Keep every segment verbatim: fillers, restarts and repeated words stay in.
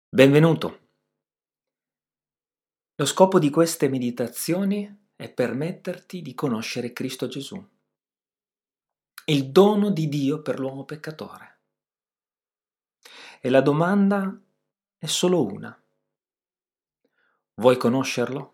Benvenuto. Lo scopo di queste meditazioni è permetterti di conoscere Cristo Gesù, il dono di Dio per l'uomo peccatore. E la domanda è solo una. Vuoi conoscerlo?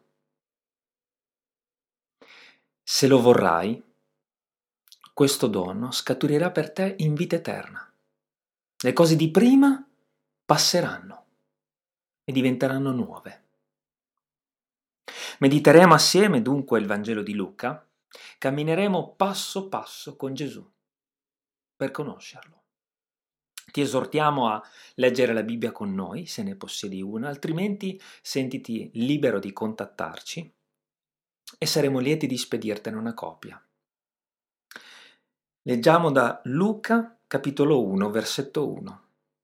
Se lo vorrai, questo dono scaturirà per te in vita eterna. Le cose di prima passeranno e diventeranno nuove. Mediteremo assieme dunque il Vangelo di Luca, cammineremo passo passo con Gesù per conoscerlo. Ti esortiamo a leggere la Bibbia con noi, se ne possiedi una, altrimenti sentiti libero di contattarci e saremo lieti di spedirtene una copia. Leggiamo da Luca, capitolo uno, versetto uno.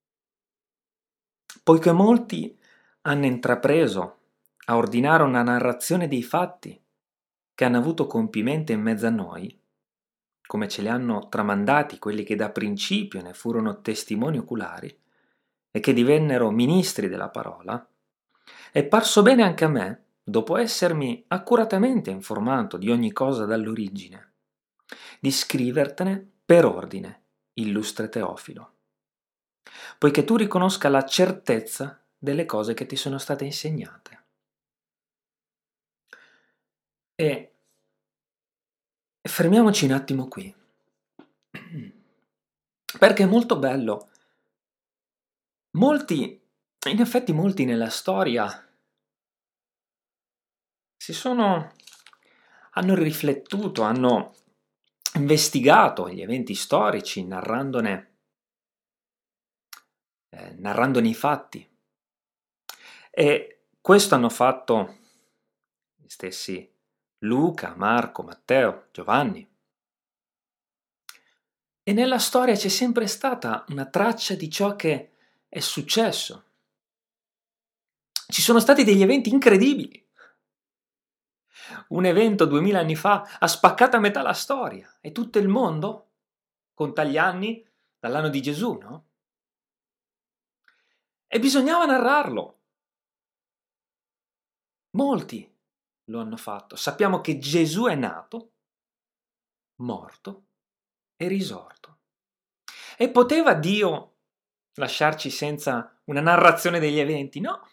Poiché molti hanno intrapreso a ordinare una narrazione dei fatti che hanno avuto compimento in mezzo a noi, come ce li hanno tramandati quelli che da principio ne furono testimoni oculari e che divennero ministri della parola, è parso bene anche a me, dopo essermi accuratamente informato di ogni cosa dall'origine, di scrivertene per ordine, illustre Teofilo, poiché tu riconosca la certezza delle cose che ti sono state insegnate. E fermiamoci un attimo qui, perché è molto bello. Molti, in effetti molti nella storia si sono, hanno riflettuto, hanno investigato gli eventi storici, narrandone, eh, narrandone i fatti. E questo hanno fatto gli stessi Luca, Marco, Matteo, Giovanni. E nella storia c'è sempre stata una traccia di ciò che è successo. Ci sono stati degli eventi incredibili. Un evento duemila anni fa ha spaccato a metà la storia e tutto il mondo conta gli anni dall'anno di Gesù, no? E bisognava narrarlo. Molti lo hanno fatto. Sappiamo che Gesù è nato, morto e risorto. E poteva Dio lasciarci senza una narrazione degli eventi? No.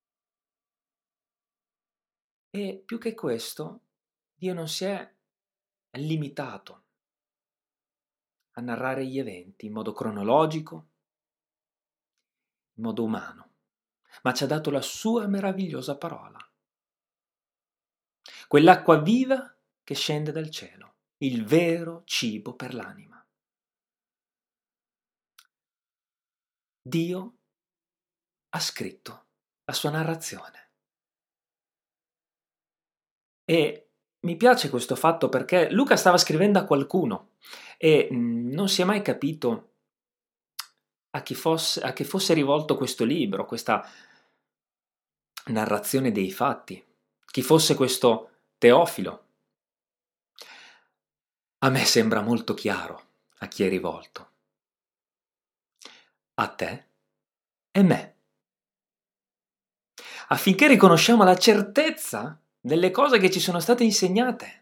E più che questo, Dio non si è limitato a narrare gli eventi in modo cronologico, in modo umano, ma ci ha dato la sua meravigliosa parola. Quell'acqua viva che scende dal cielo, il vero cibo per l'anima. Dio ha scritto la sua narrazione. E mi piace questo fatto perché Luca stava scrivendo a qualcuno e mh, non si è mai capito a chi fosse, a chi fosse rivolto questo libro, questa narrazione dei fatti, chi fosse questo Teofilo. A me sembra molto chiaro a chi è rivolto. A te e me. Affinché riconosciamo la certezza delle cose che ci sono state insegnate.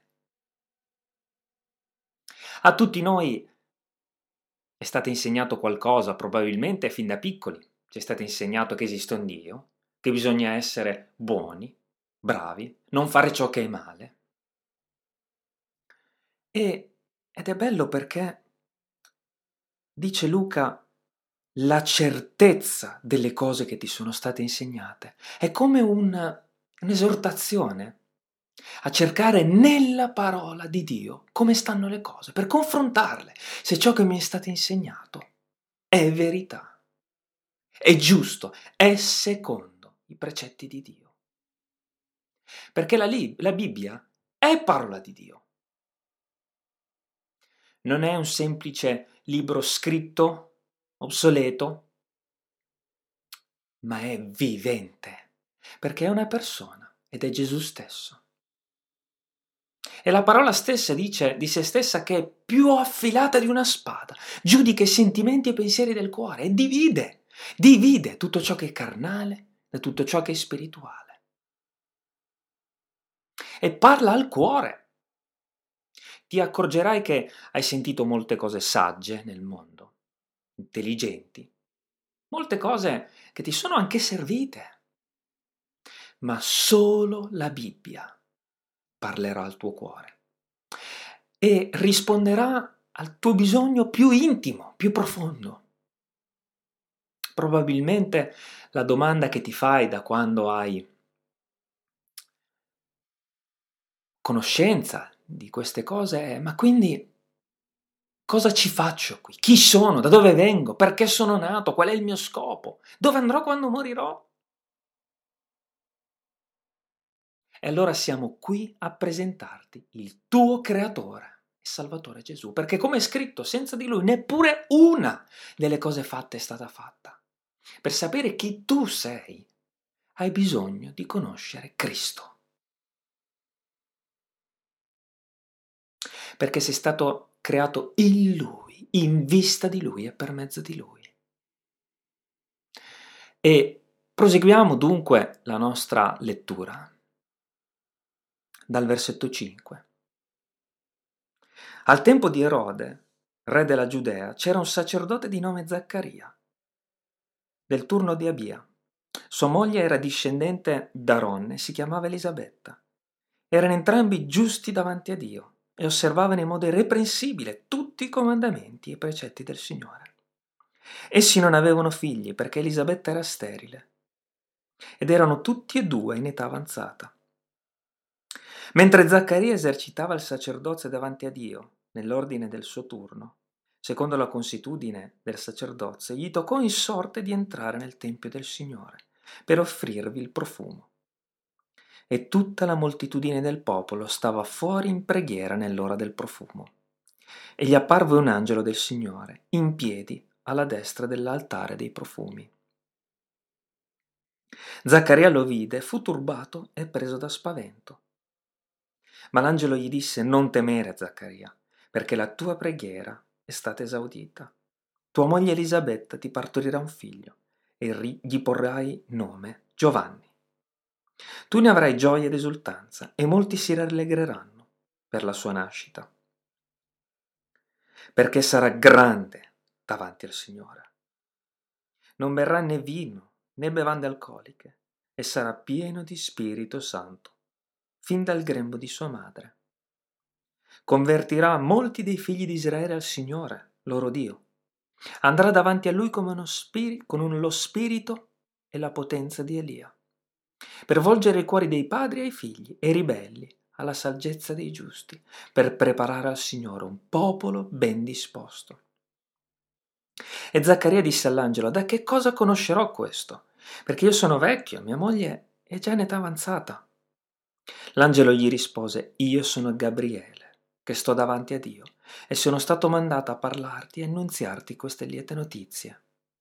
A tutti noi è stato insegnato qualcosa, probabilmente fin da piccoli. Ci è stato insegnato che esiste un Dio, che bisogna essere buoni, bravi, non fare ciò che è male. E, ed è bello perché, dice Luca, la certezza delle cose che ti sono state insegnate. È come un, un'esortazione a cercare nella parola di Dio come stanno le cose, per confrontarle, se ciò che mi è stato insegnato è verità, è giusto, è secondo i precetti di Dio. Perché la, la Bibbia è parola di Dio. Non è un semplice libro scritto, obsoleto, ma è vivente, perché è una persona ed è Gesù stesso. E la parola stessa dice di se stessa che è più affilata di una spada, giudica i sentimenti e i pensieri del cuore e divide Divide tutto ciò che è carnale da tutto ciò che è spirituale. E parla al cuore. Ti accorgerai che hai sentito molte cose sagge nel mondo, intelligenti, molte cose che ti sono anche servite, ma solo la Bibbia parlerà al tuo cuore e risponderà al tuo bisogno più intimo, più profondo. Probabilmente la domanda che ti fai da quando hai conoscenza di queste cose è: ma quindi cosa ci faccio qui? Chi sono? Da dove vengo? Perché sono nato? Qual è il mio scopo? Dove andrò quando morirò? E allora siamo qui a presentarti il tuo creatore e Salvatore Gesù, perché come è scritto, senza di lui neppure una delle cose fatte è stata fatta. Per sapere chi tu sei, hai bisogno di conoscere Cristo. Perché sei stato creato in Lui, in vista di Lui e per mezzo di Lui. E proseguiamo dunque la nostra lettura dal versetto cinque. Al tempo di Erode, re della Giudea, c'era un sacerdote di nome Zaccaria, del turno di Abia. Sua moglie era discendente d'Aaron e si chiamava Elisabetta. Erano entrambi giusti davanti a Dio e osservavano in modo irreprensibile tutti i comandamenti e i precetti del Signore. Essi non avevano figli perché Elisabetta era sterile ed erano tutti e due in età avanzata. Mentre Zaccaria esercitava il sacerdozio davanti a Dio, nell'ordine del suo turno, secondo la consuetudine del sacerdozio, gli toccò in sorte di entrare nel Tempio del Signore per offrirvi il profumo. E tutta la moltitudine del popolo stava fuori in preghiera nell'ora del profumo. E gli apparve un angelo del Signore, in piedi, alla destra dell'altare dei profumi. Zaccaria lo vide, fu turbato e preso da spavento. Ma l'angelo gli disse: non temere, Zaccaria, perché la tua preghiera è stata esaudita. Tua moglie Elisabetta ti partorirà un figlio e gli porrai nome Giovanni. Tu ne avrai gioia ed esultanza e molti si rallegreranno per la sua nascita, perché sarà grande davanti al Signore. Non berrà né vino né bevande alcoliche e sarà pieno di Spirito Santo fin dal grembo di sua madre. Convertirà molti dei figli di Israele al Signore, loro Dio. Andrà davanti a lui come uno spiri- con un- lo spirito e la potenza di Elia, per volgere i cuori dei padri ai figli e i ribelli alla saggezza dei giusti, per preparare al Signore un popolo ben disposto. E Zaccaria disse all'angelo: da che cosa conoscerò questo? Perché io sono vecchio, mia moglie è già in età avanzata. L'angelo gli rispose: io sono Gabriele, che sto davanti a Dio, e sono stato mandato a parlarti e annunziarti queste liete notizie.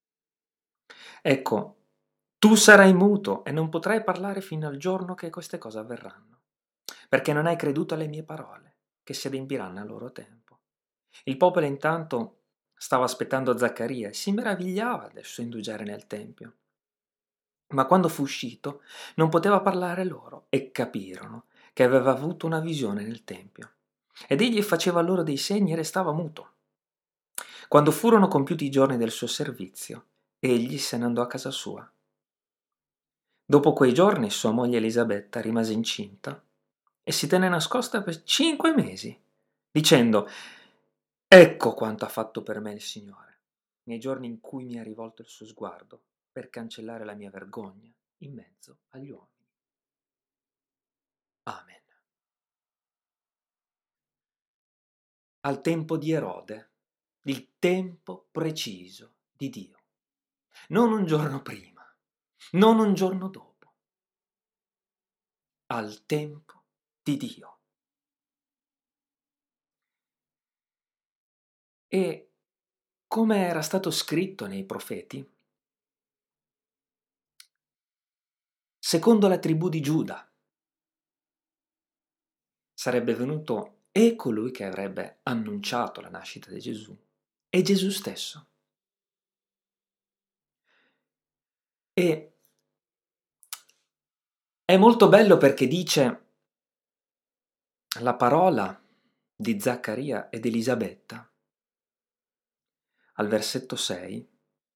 Ecco, tu sarai muto e non potrai parlare fino al giorno che queste cose avverranno, perché non hai creduto alle mie parole, che si adempiranno a loro tempo. Il popolo intanto stava aspettando Zaccaria e si meravigliava del suo indugiare nel tempio. Ma quando fu uscito non poteva parlare loro e capirono che aveva avuto una visione nel tempio. Ed egli faceva loro dei segni e restava muto. Quando furono compiuti i giorni del suo servizio, egli se ne andò a casa sua. Dopo quei giorni sua moglie Elisabetta rimase incinta e si tenne nascosta per cinque mesi, dicendo: ecco quanto ha fatto per me il Signore, nei giorni in cui mi ha rivolto il suo sguardo, per cancellare la mia vergogna in mezzo agli uomini. Amen. Al tempo di Erode, il tempo preciso di Dio. Non un giorno prima, non un giorno dopo. Al tempo di Dio. E come era stato scritto nei profeti, secondo la tribù di Giuda, sarebbe venuto e colui che avrebbe annunciato la nascita di Gesù, e Gesù stesso. E è molto bello perché dice la parola di Zaccaria ed Elisabetta al versetto sei,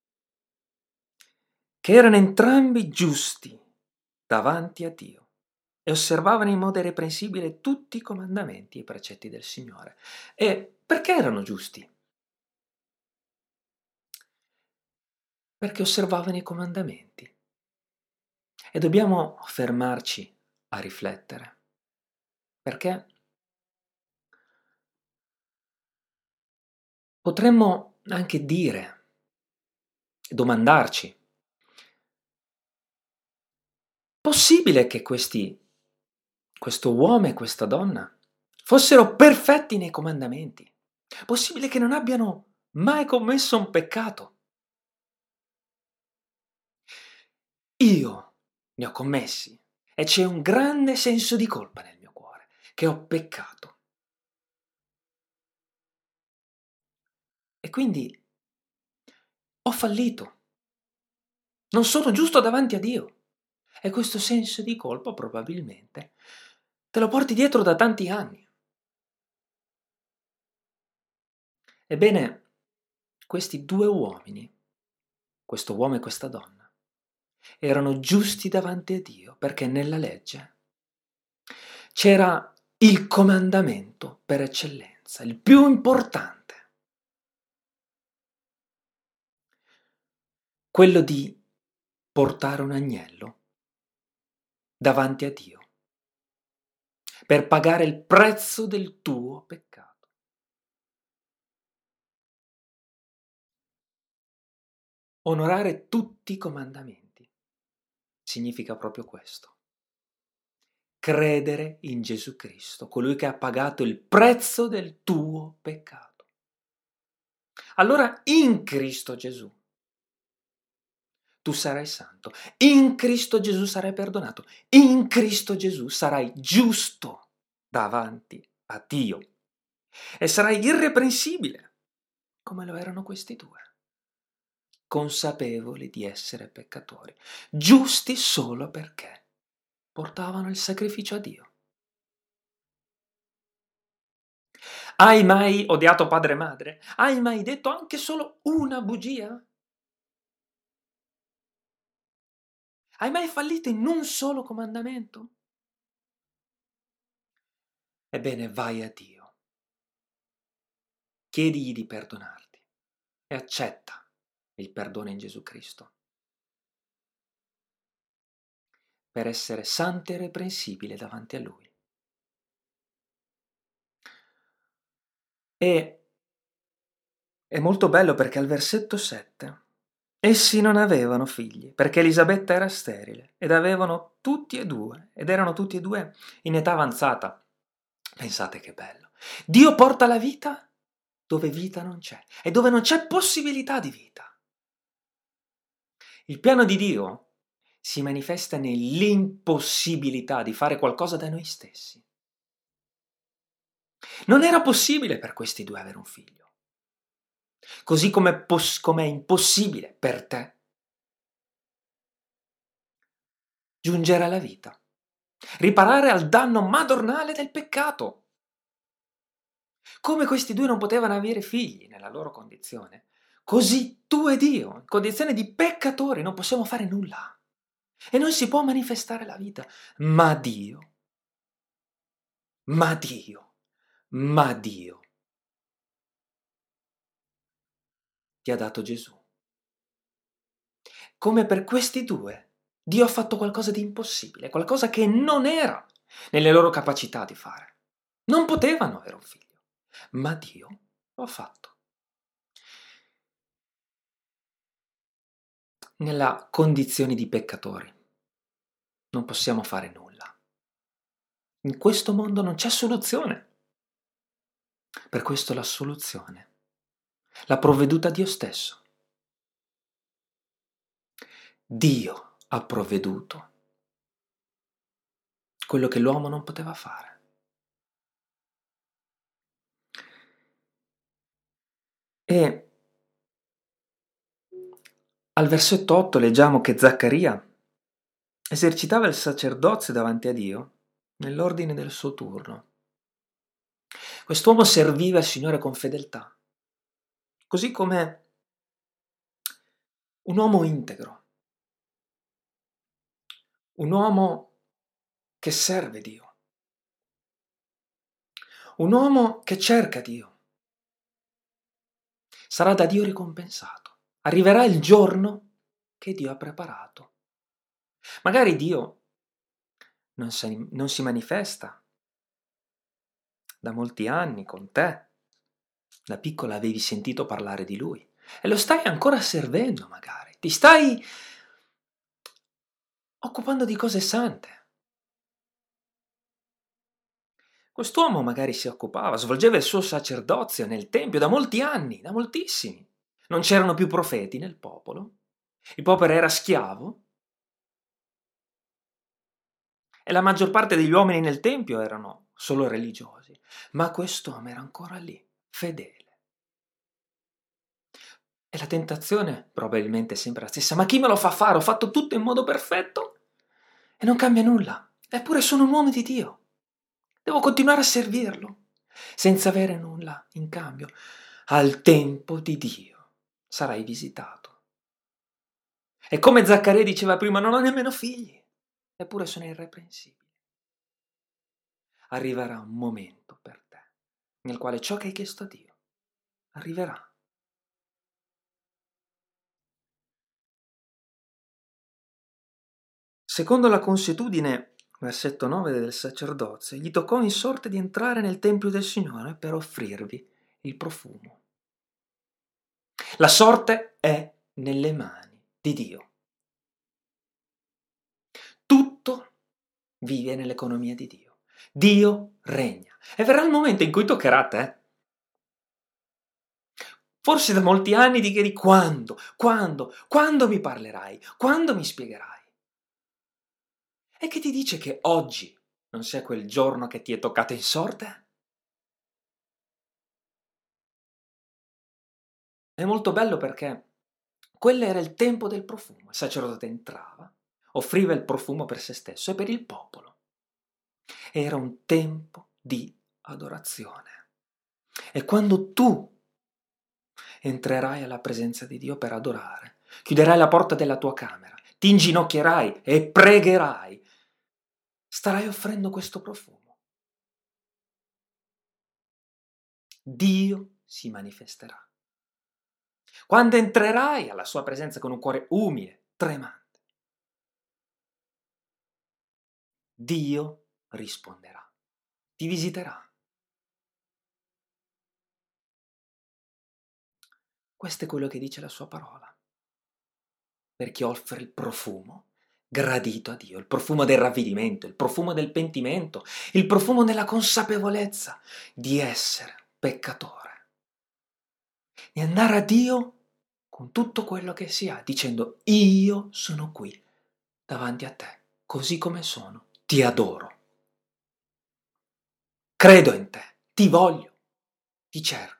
che erano entrambi giusti davanti a Dio e osservavano in modo irreprensibile tutti i comandamenti e i precetti del Signore. E perché erano giusti? Perché osservavano i comandamenti. E dobbiamo fermarci a riflettere. Perché potremmo anche dire, domandarci, possibile che questi, questo uomo e questa donna fossero perfetti nei comandamenti? Possibile che non abbiano mai commesso un peccato? Io ne ho commessi e c'è un grande senso di colpa nel mio cuore, che ho peccato. E quindi ho fallito. Non sono giusto davanti a Dio. E questo senso di colpa probabilmente te lo porti dietro da tanti anni. Ebbene, questi due uomini, questo uomo e questa donna, erano giusti davanti a Dio perché nella legge c'era il comandamento per eccellenza, il più importante, quello di portare un agnello davanti a Dio per pagare il prezzo del tuo peccato. Onorare tutti i comandamenti significa proprio questo. Credere in Gesù Cristo, colui che ha pagato il prezzo del tuo peccato. Allora in Cristo Gesù tu sarai santo, in Cristo Gesù sarai perdonato, in Cristo Gesù sarai giusto davanti a Dio e sarai irreprensibile come lo erano questi due, consapevoli di essere peccatori, giusti solo perché portavano il sacrificio a Dio. Hai mai odiato padre e madre? Hai mai detto anche solo una bugia? Hai mai fallito in un solo comandamento? Ebbene, vai a Dio, chiedigli di perdonarti e accetta il perdono in Gesù Cristo per essere santo e irreprensibile davanti a Lui. E è molto bello perché al versetto sette essi non avevano figli perché Elisabetta era sterile ed avevano tutti e due ed erano tutti e due in età avanzata. Pensate che bello. Dio porta la vita dove vita non c'è e dove non c'è possibilità di vita. Il piano di Dio si manifesta nell'impossibilità di fare qualcosa da noi stessi. Non era possibile per questi due avere un figlio, così come pos- è impossibile per te giungere alla vita, riparare al danno madornale del peccato. Come questi due non potevano avere figli nella loro condizione, così tu ed io, in condizione di peccatori, non possiamo fare nulla. E non si può manifestare la vita. Ma Dio, ma Dio, ma Dio ti ha dato Gesù. Come per questi due, Dio ha fatto qualcosa di impossibile, qualcosa che non era nelle loro capacità di fare. Non potevano avere un figlio, ma Dio lo ha fatto. Nella condizione di peccatori non possiamo fare nulla. In questo mondo non c'è soluzione. Per questo la soluzione l'ha provveduta Dio stesso. Dio ha provveduto quello che l'uomo non poteva fare. E Al versetto otto leggiamo che Zaccaria esercitava il sacerdozio davanti a Dio nell'ordine del suo turno. Quest'uomo serviva il Signore con fedeltà, così come un uomo integro, un uomo che serve Dio, un uomo che cerca Dio. Sarà da Dio ricompensato. Arriverà il giorno che Dio ha preparato. Magari Dio non si, non si manifesta da molti anni con te. Da piccola avevi sentito parlare di Lui e lo stai ancora servendo magari. Ti stai occupando di cose sante. Quest'uomo magari si occupava, svolgeva il suo sacerdozio nel Tempio da molti anni, da moltissimi. Non c'erano più profeti nel popolo. Il popolo era schiavo. E la maggior parte degli uomini nel Tempio erano solo religiosi. Ma quest'uomo era ancora lì, fedele. E la tentazione probabilmente è sempre la stessa. Ma chi me lo fa fare? Ho fatto tutto in modo perfetto e non cambia nulla. Eppure sono un uomo di Dio. Devo continuare a servirlo, senza avere nulla in cambio. Al tempo di Dio sarai visitato. E come Zaccaria diceva prima, non ho nemmeno figli, eppure sono irreprensibile. Arriverà un momento per te, nel quale ciò che hai chiesto a Dio arriverà. Secondo la consuetudine, versetto nove del sacerdozio, gli toccò in sorte di entrare nel Tempio del Signore per offrirvi il profumo. La sorte è nelle mani di Dio. Tutto vive nell'economia di Dio. Dio regna. E verrà il momento in cui toccherà a te. Forse da molti anni ti chiedi quando, quando, quando mi parlerai, quando mi spiegherai. E che ti dice che oggi non sia quel giorno che ti è toccato in sorte? È molto bello perché quello era il tempo del profumo. Il sacerdote entrava, offriva il profumo per se stesso e per il popolo. Era un tempo di adorazione. E quando tu entrerai alla presenza di Dio per adorare, chiuderai la porta della tua camera, ti inginocchierai e pregherai, starai offrendo questo profumo. Dio si manifesterà. Quando entrerai alla sua presenza con un cuore umile, tremante, Dio risponderà, ti visiterà. Questo è quello che dice la sua parola. Per chi offre il profumo gradito a Dio, il profumo del ravvedimento, il profumo del pentimento, il profumo della consapevolezza di essere peccatore, di andare a Dio con tutto quello che si ha, dicendo: io sono qui davanti a te, così come sono, ti adoro, credo in te, ti voglio, ti cerco.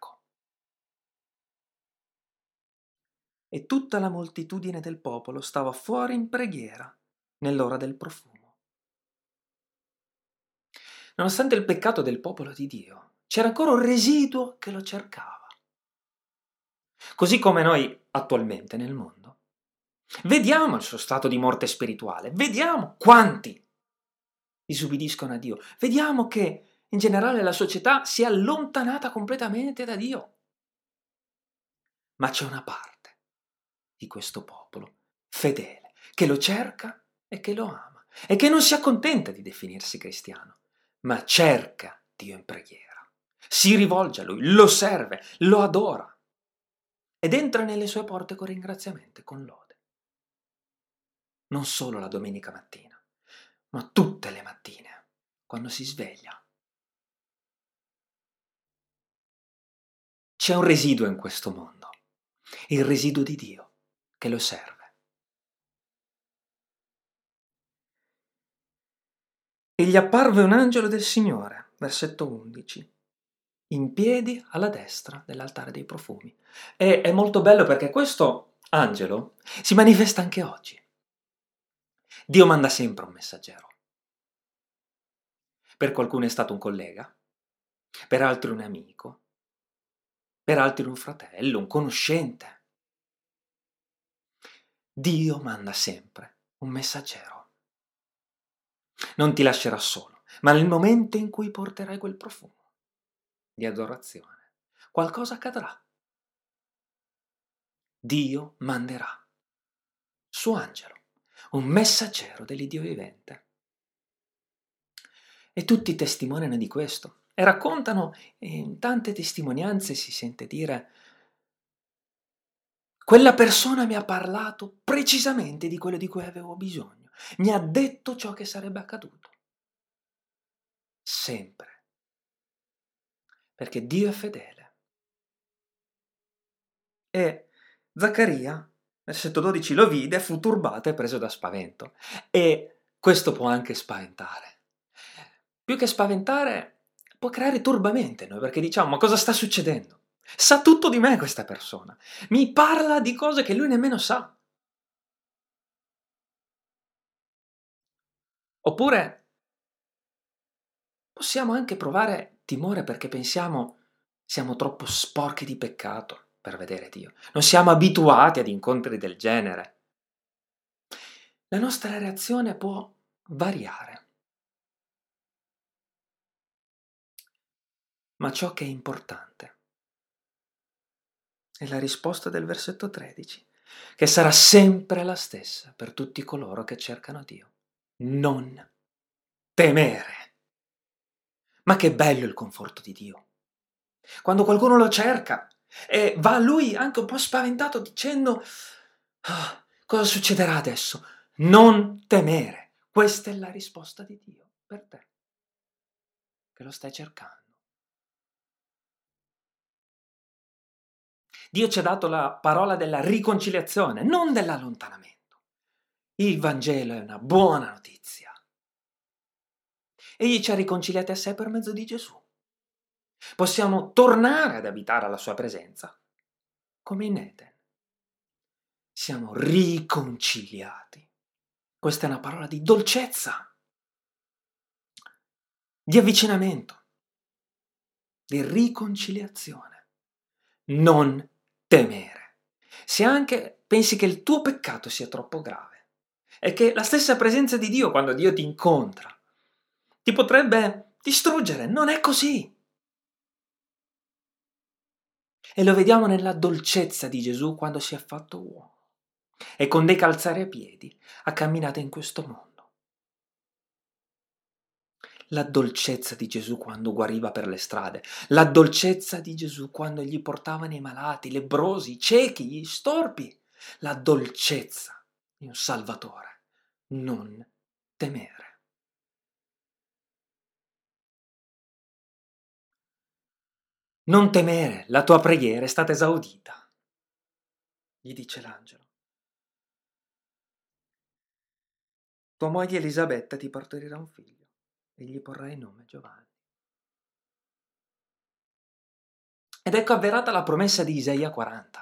E tutta la moltitudine del popolo stava fuori in preghiera nell'ora del profumo. Nonostante il peccato del popolo di Dio, c'era ancora un residuo che lo cercava. Così come noi attualmente nel mondo. Vediamo il suo stato di morte spirituale, vediamo quanti disubbidiscono a Dio, vediamo che in generale la società si è allontanata completamente da Dio. Ma c'è una parte di questo popolo fedele che lo cerca e che lo ama e che non si accontenta di definirsi cristiano, ma cerca Dio in preghiera, si rivolge a Lui, lo serve, lo adora ed entra nelle sue porte con ringraziamento e con lode. Non solo la domenica mattina, ma tutte le mattine, quando si sveglia. C'è un residuo in questo mondo, il residuo di Dio che lo serve. E gli apparve un angelo del Signore, versetto undici, in piedi alla destra dell'altare dei profumi. E è molto bello perché questo angelo si manifesta anche oggi. Dio manda sempre un messaggero. Per qualcuno è stato un collega, per altri un amico, per altri un fratello, un conoscente. Dio manda sempre un messaggero. Non ti lascerà solo, ma nel momento in cui porterai quel profumo di adorazione, qualcosa accadrà. Dio manderà suo angelo, un messaggero dell'Iddio vivente. E tutti testimoniano di questo e raccontano, e in tante testimonianze si sente dire: quella persona mi ha parlato precisamente di quello di cui avevo bisogno, mi ha detto ciò che sarebbe accaduto. Sempre. Perché Dio è fedele. E Zaccaria, versetto dodici, lo vide, fu turbato e preso da spavento. E questo può anche spaventare. Più che spaventare, può creare turbamento in noi, perché diciamo: ma cosa sta succedendo? Sa tutto di me questa persona. Mi parla di cose che lui nemmeno sa. Oppure possiamo anche provare timore perché pensiamo siamo troppo sporchi di peccato per vedere Dio. Non siamo abituati ad incontri del genere. La nostra reazione può variare. Ma ciò che è importante è la risposta del versetto tredici, che sarà sempre la stessa per tutti coloro che cercano Dio. Non temere. Ma che bello il conforto di Dio. Quando qualcuno lo cerca e va a lui anche un po' spaventato dicendo: ah, cosa succederà adesso? Non temere. Questa è la risposta di Dio per te, che lo stai cercando. Dio ci ha dato la parola della riconciliazione, non dell'allontanamento. Il Vangelo è una buona notizia. Egli ci ha riconciliati a sé per mezzo di Gesù. Possiamo tornare ad abitare alla sua presenza, come in Eden. Siamo riconciliati. Questa è una parola di dolcezza, di avvicinamento, di riconciliazione. Non temere. Se anche pensi che il tuo peccato sia troppo grave e che la stessa presenza di Dio, quando Dio ti incontra, ti potrebbe distruggere, non è così. E lo vediamo nella dolcezza di Gesù quando si è fatto uomo e con dei calzari a piedi ha camminato in questo mondo. La dolcezza di Gesù quando guariva per le strade, la dolcezza di Gesù quando gli portavano i malati, i lebbrosi, i ciechi, gli storpi, la dolcezza di un Salvatore. Non temere. Non temere, la tua preghiera è stata esaudita, gli dice l'angelo. Tua moglie Elisabetta ti partorirà un figlio e gli porrai il nome Giovanni. Ed ecco avverata la promessa di Isaia quaranta.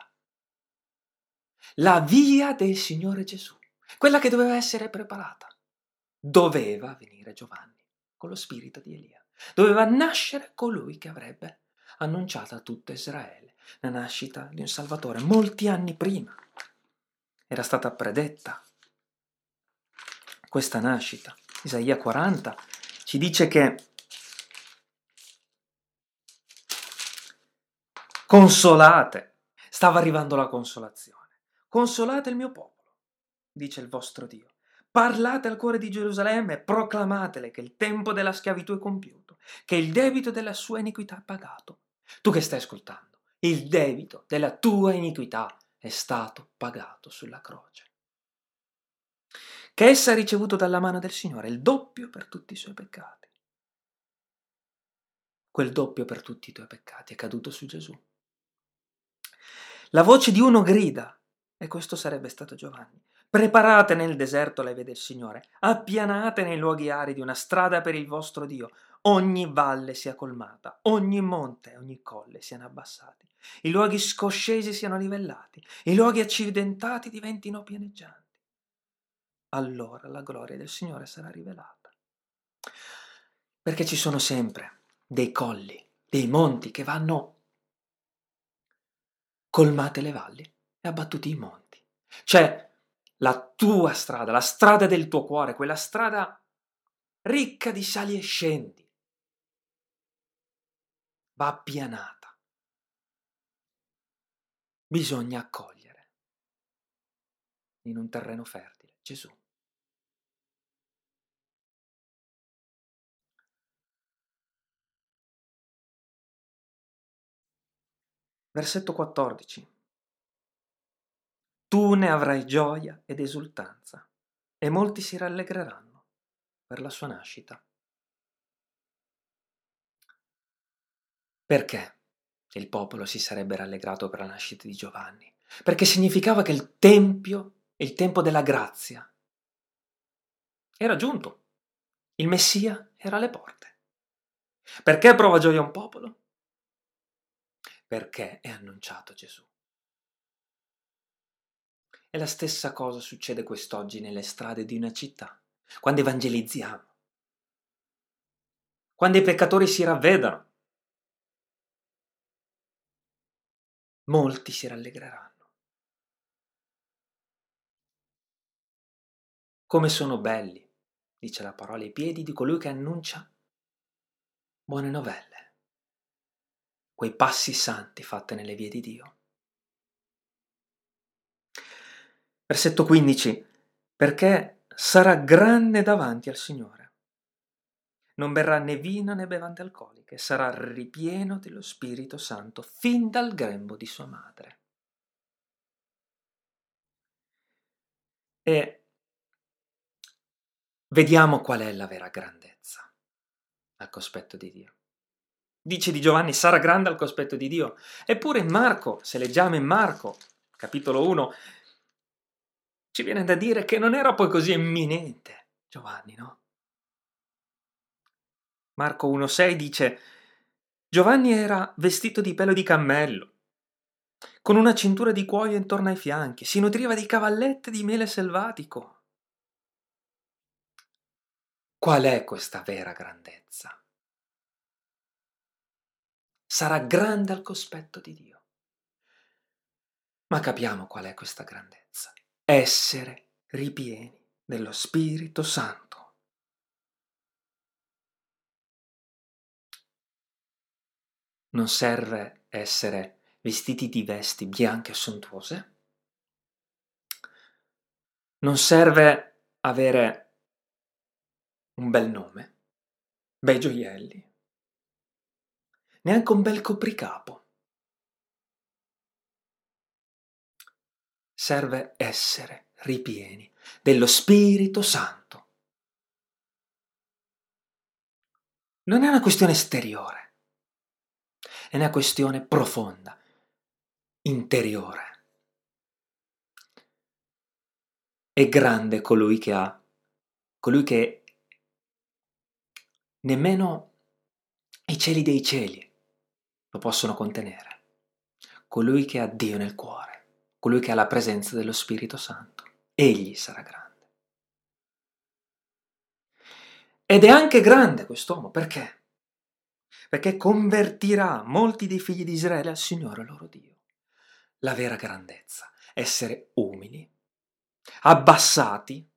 La via del Signore Gesù, quella che doveva essere preparata, doveva venire Giovanni con lo spirito di Elia. Doveva nascere colui che avrebbe annunciato a tutto Israele la nascita di un Salvatore molti anni prima. Era stata predetta questa nascita. Isaia quaranta ci dice che consolate, stava arrivando la consolazione. Consolate il mio popolo, dice il vostro Dio. Parlate al cuore di Gerusalemme e proclamatele che il tempo della schiavitù è compiuto, che il debito della sua iniquità è pagato. Tu che stai ascoltando, il debito della tua iniquità è stato pagato sulla croce. Che essa ha ricevuto dalla mano del Signore il doppio per tutti i suoi peccati. Quel doppio per tutti i tuoi peccati è caduto su Gesù. La voce di uno grida, e questo sarebbe stato Giovanni: preparate nel deserto la via del Signore, appianate nei luoghi aridi una strada per il vostro Dio, ogni valle sia colmata, ogni monte e ogni colle siano abbassati, i luoghi scoscesi siano livellati, i luoghi accidentati diventino pianeggianti. Allora la gloria del Signore sarà rivelata. Perché ci sono sempre dei colli, dei monti che vanno colmate le valli e abbattuti i monti. Cioè, la tua strada, la strada del tuo cuore, quella strada ricca di sali e scendi, va appianata. Bisogna accogliere in un terreno fertile Gesù. Versetto quattordici. Tu ne avrai gioia ed esultanza, e molti si rallegreranno per la sua nascita. Perché il popolo si sarebbe rallegrato per la nascita di Giovanni? Perché significava che il tempio, il tempo della grazia, era giunto. Il Messia era alle porte. Perché prova gioia un popolo? Perché è annunciato Gesù. E la stessa cosa succede quest'oggi nelle strade di una città, quando evangelizziamo, quando i peccatori si ravvedano. Molti si rallegreranno. Come sono belli, dice la parola, i piedi di colui che annuncia buone novelle, quei passi santi fatti nelle vie di Dio. Versetto quindici. Perché sarà grande davanti al Signore. Non berrà né vino né bevande alcoliche, sarà ripieno dello Spirito Santo fin dal grembo di sua madre. E vediamo qual è la vera grandezza al cospetto di Dio. Dice di Giovanni, sarà grande al cospetto di Dio. Eppure in Marco, se leggiamo in Marco, capitolo uno, ci viene da dire che non era poi così imminente Giovanni, no? Marco uno sei dice, Giovanni era vestito di pelo di cammello, con una cintura di cuoio intorno ai fianchi, si nutriva di cavallette di miele selvatico. Qual è questa vera grandezza? Sarà grande al cospetto di Dio. Ma capiamo qual è questa grandezza. Essere ripieni dello Spirito Santo. Non serve essere vestiti di vesti bianche e sontuose. Non serve avere un bel nome, bei gioielli, neanche un bel copricapo. Serve essere ripieni dello Spirito Santo. Non è una questione esteriore, è una questione profonda, interiore. È grande colui che ha, colui che nemmeno i cieli dei cieli lo possono contenere. Colui che ha Dio nel cuore, colui che ha la presenza dello Spirito Santo. Egli sarà grande. Ed è anche grande quest'uomo, perché? Perché convertirà molti dei figli di Israele al Signore loro Dio. La vera grandezza, essere umili, abbassati,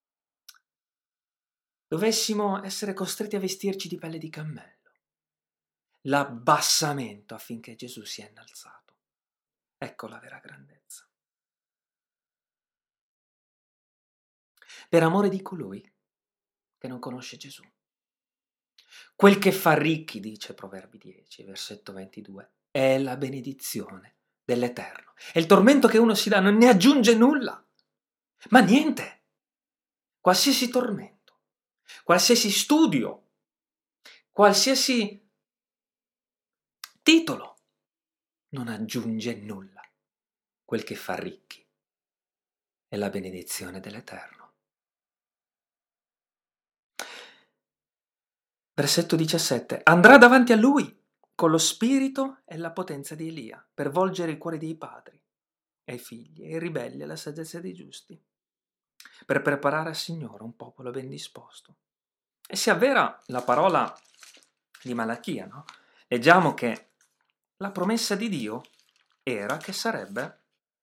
dovessimo essere costretti a vestirci di pelle di cammello. L'abbassamento affinché Gesù sia innalzato. Ecco la vera grandezza. Per amore di colui che non conosce Gesù. Quel che fa ricchi, dice Proverbi dieci, versetto ventidue, è la benedizione dell'Eterno. E il tormento che uno si dà non ne aggiunge nulla, ma niente. Qualsiasi tormento, qualsiasi studio, qualsiasi titolo non aggiunge nulla. Quel che fa ricchi è la benedizione dell'Eterno. Versetto diciassette. Andrà davanti a lui con lo spirito e la potenza di Elia, per volgere il cuore dei padri ai figli e i ribelli alla saggezza dei giusti, per preparare al Signore un popolo ben disposto. E si avvera la parola di Malachia, no? Leggiamo che la promessa di Dio era che sarebbe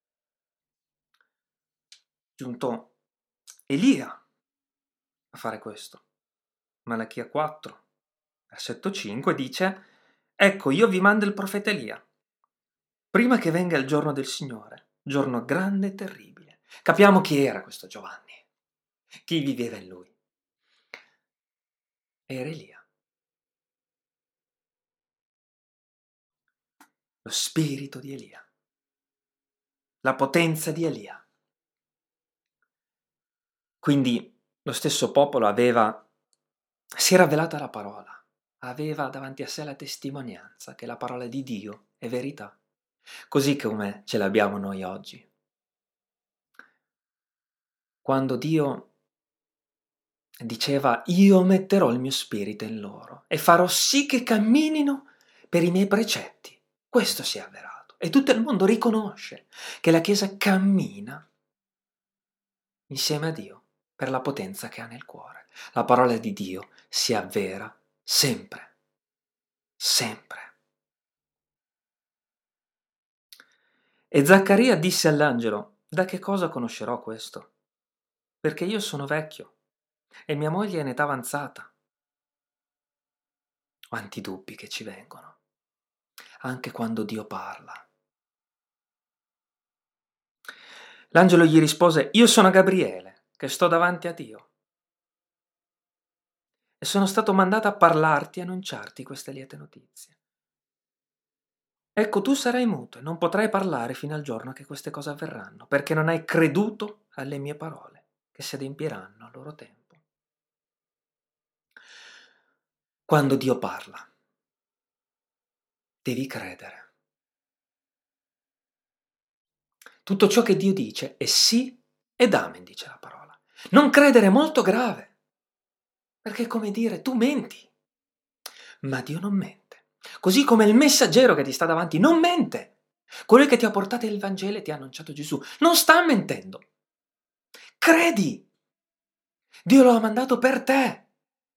giunto Elia a fare questo. Malachia quattro, versetto cinque dice: ecco, io vi mando il profeta Elia, prima che venga il giorno del Signore, giorno grande e terribile. Capiamo chi era questo Giovanni, chi viveva in lui. Era Elia. Lo spirito di Elia, la potenza di Elia. Quindi lo stesso popolo aveva, si era velata la parola, aveva davanti a sé la testimonianza che la parola di Dio è verità, così come ce l'abbiamo noi oggi. Quando Dio diceva: io metterò il mio spirito in loro e farò sì che camminino per i miei precetti, questo si è avverato e tutto il mondo riconosce che la Chiesa cammina insieme a Dio per la potenza che ha nel cuore. La parola di Dio si avvera sempre, sempre. E Zaccaria disse all'angelo: da che cosa conoscerò questo? Perché io sono vecchio e mia moglie è in età avanzata. Quanti dubbi che ci vengono, anche quando Dio parla. L'angelo gli rispose: io sono Gabriele, che sto davanti a Dio. E sono stato mandato a parlarti e annunciarti queste liete notizie. Ecco, tu sarai muto e non potrai parlare fino al giorno che queste cose avverranno, perché non hai creduto alle mie parole, che si adempieranno al loro tempo. Quando Dio parla, devi credere. Tutto ciò che Dio dice è sì ed amen, dice la parola. Non credere è molto grave, perché è come dire: tu menti. Ma Dio non mente. Così come il messaggero che ti sta davanti non mente. Colui che ti ha portato il Vangelo e ti ha annunciato Gesù non sta mentendo. Credi. Dio lo ha mandato per te.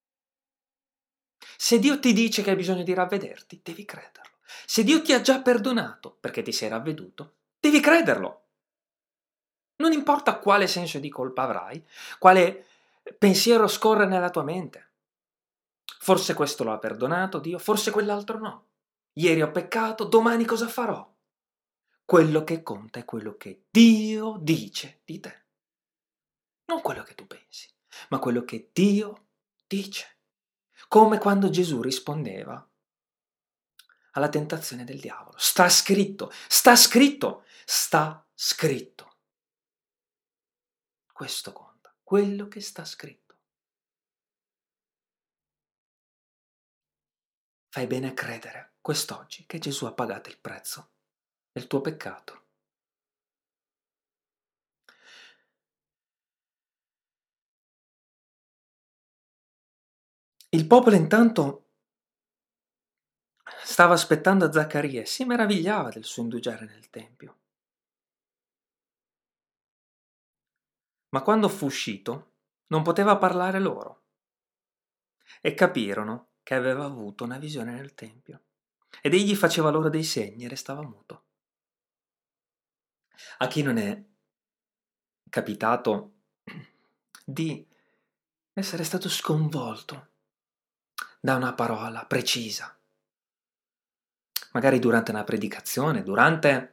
Se Dio ti dice che hai bisogno di ravvederti, devi crederlo. Se Dio ti ha già perdonato perché ti sei ravveduto, devi crederlo. Non importa quale senso di colpa avrai, quale pensiero scorre nella tua mente. Forse questo lo ha perdonato Dio, forse quell'altro no. Ieri ho peccato, domani cosa farò? Quello che conta è quello che Dio dice di te. Non quello che tu pensi, ma quello che Dio dice. Come quando Gesù rispondeva alla tentazione del diavolo. Sta scritto, sta scritto, sta scritto. Questo conta, quello che sta scritto. Fai bene a credere quest'oggi che Gesù ha pagato il prezzo del tuo peccato. Il popolo intanto stava aspettando Zaccaria e si meravigliava del suo indugiare nel Tempio. Ma quando fu uscito, non poteva parlare loro e capirono che aveva avuto una visione nel Tempio. Ed egli faceva loro dei segni e restava muto. A chi non è capitato di essere stato sconvolto da una parola precisa, magari durante una predicazione, durante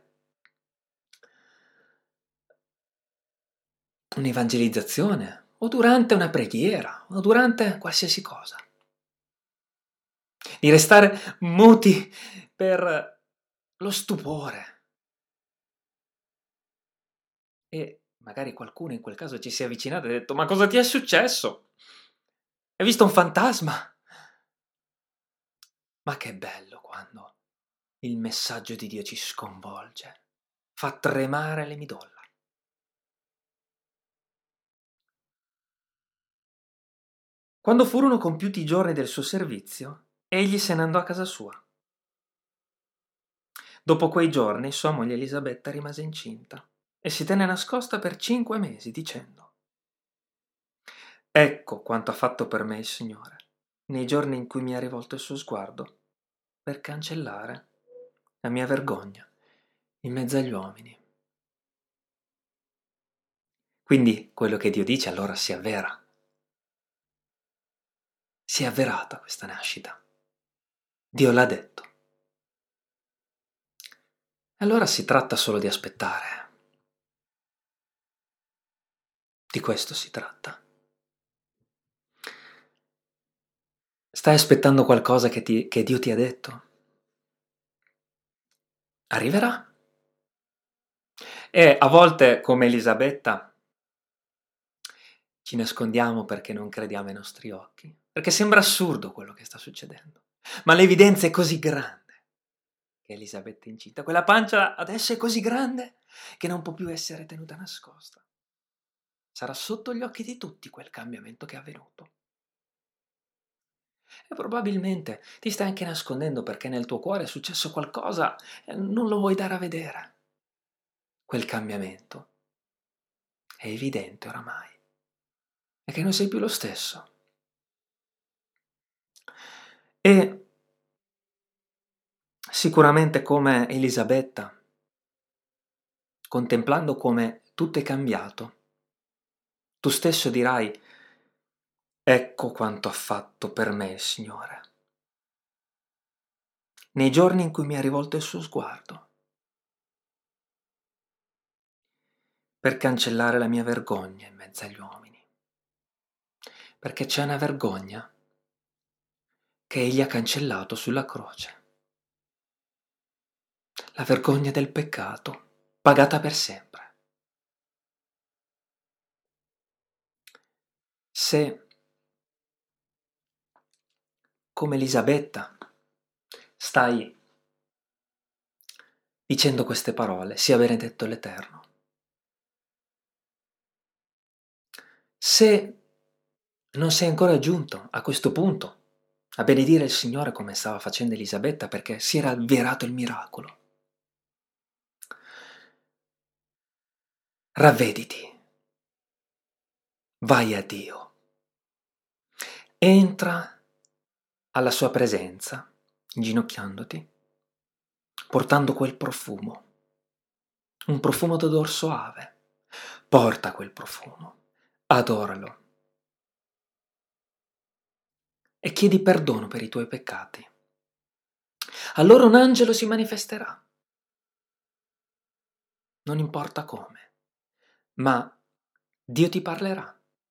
un'evangelizzazione, o durante una preghiera, o durante qualsiasi cosa. Di restare muti per lo stupore. E magari qualcuno in quel caso ci si è avvicinato e ha detto: ma cosa ti è successo? Hai visto un fantasma? Ma che bello quando il messaggio di Dio ci sconvolge, fa tremare le midolla. Quando furono compiuti i giorni del suo servizio, egli se ne andò a casa sua. Dopo quei giorni sua moglie Elisabetta rimase incinta e si tenne nascosta per cinque mesi dicendo: «Ecco quanto ha fatto per me il Signore nei giorni in cui mi ha rivolto il suo sguardo per cancellare la mia vergogna in mezzo agli uomini». Quindi quello che Dio dice allora si avvera. Si è avverata questa nascita. Dio l'ha detto. Allora si tratta solo di aspettare. Di questo si tratta. Stai aspettando qualcosa che, ti, che Dio ti ha detto? Arriverà. E a volte, come Elisabetta, ci nascondiamo perché non crediamo ai nostri occhi, perché sembra assurdo quello che sta succedendo. Ma l'evidenza è così grande che Elisabetta è incinta. Quella pancia adesso è così grande che non può più essere tenuta nascosta. Sarà sotto gli occhi di tutti quel cambiamento che è avvenuto. E probabilmente ti stai anche nascondendo perché nel tuo cuore è successo qualcosa e non lo vuoi dare a vedere. Quel cambiamento è evidente oramai, è che non sei più lo stesso. E sicuramente come Elisabetta, contemplando come tutto è cambiato, tu stesso dirai: «Ecco quanto ha fatto per me il Signore nei giorni in cui mi ha rivolto il suo sguardo per cancellare la mia vergogna in mezzo agli uomini». Perché c'è una vergogna che Egli ha cancellato sulla croce. La vergogna del peccato, pagata per sempre. Se, come Elisabetta, stai dicendo queste parole, sia benedetto l'Eterno. Se non sei ancora giunto a questo punto a benedire il Signore come stava facendo Elisabetta perché si era avverato il miracolo, ravvediti, vai a Dio, entra alla sua presenza, inginocchiandoti, portando quel profumo, un profumo d'odor soave. Porta quel profumo, adoralo e chiedi perdono per i tuoi peccati. Allora un angelo si manifesterà, non importa come, ma Dio ti parlerà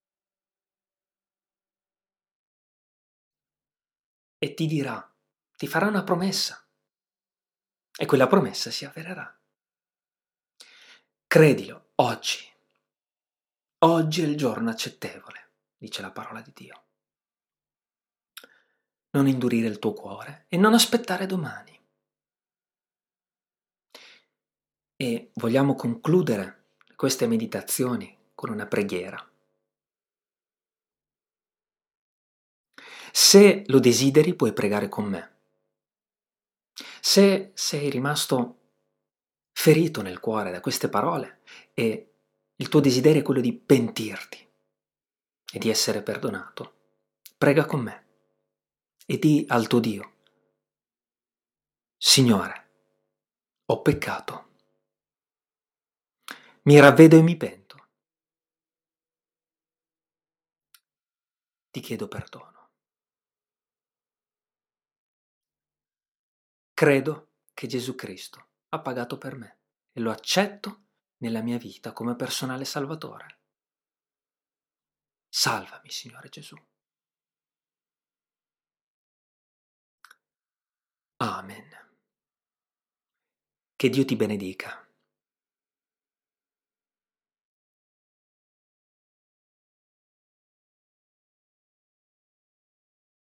e ti dirà, ti farà una promessa e quella promessa si avvererà. Credilo, oggi, oggi è il giorno accettevole, dice la parola di Dio. Non indurire il tuo cuore e non aspettare domani. E vogliamo concludere queste meditazioni con una preghiera. Se lo desideri, puoi pregare con me. Se sei rimasto ferito nel cuore da queste parole e il tuo desiderio è quello di pentirti e di essere perdonato, prega con me e di al tuo Dio: Signore, ho peccato, mi ravvedo e mi pento, ti chiedo perdono. Credo che Gesù Cristo ha pagato per me e lo accetto nella mia vita come personale Salvatore. Salvami, Signore Gesù. Amen. Che Dio ti benedica.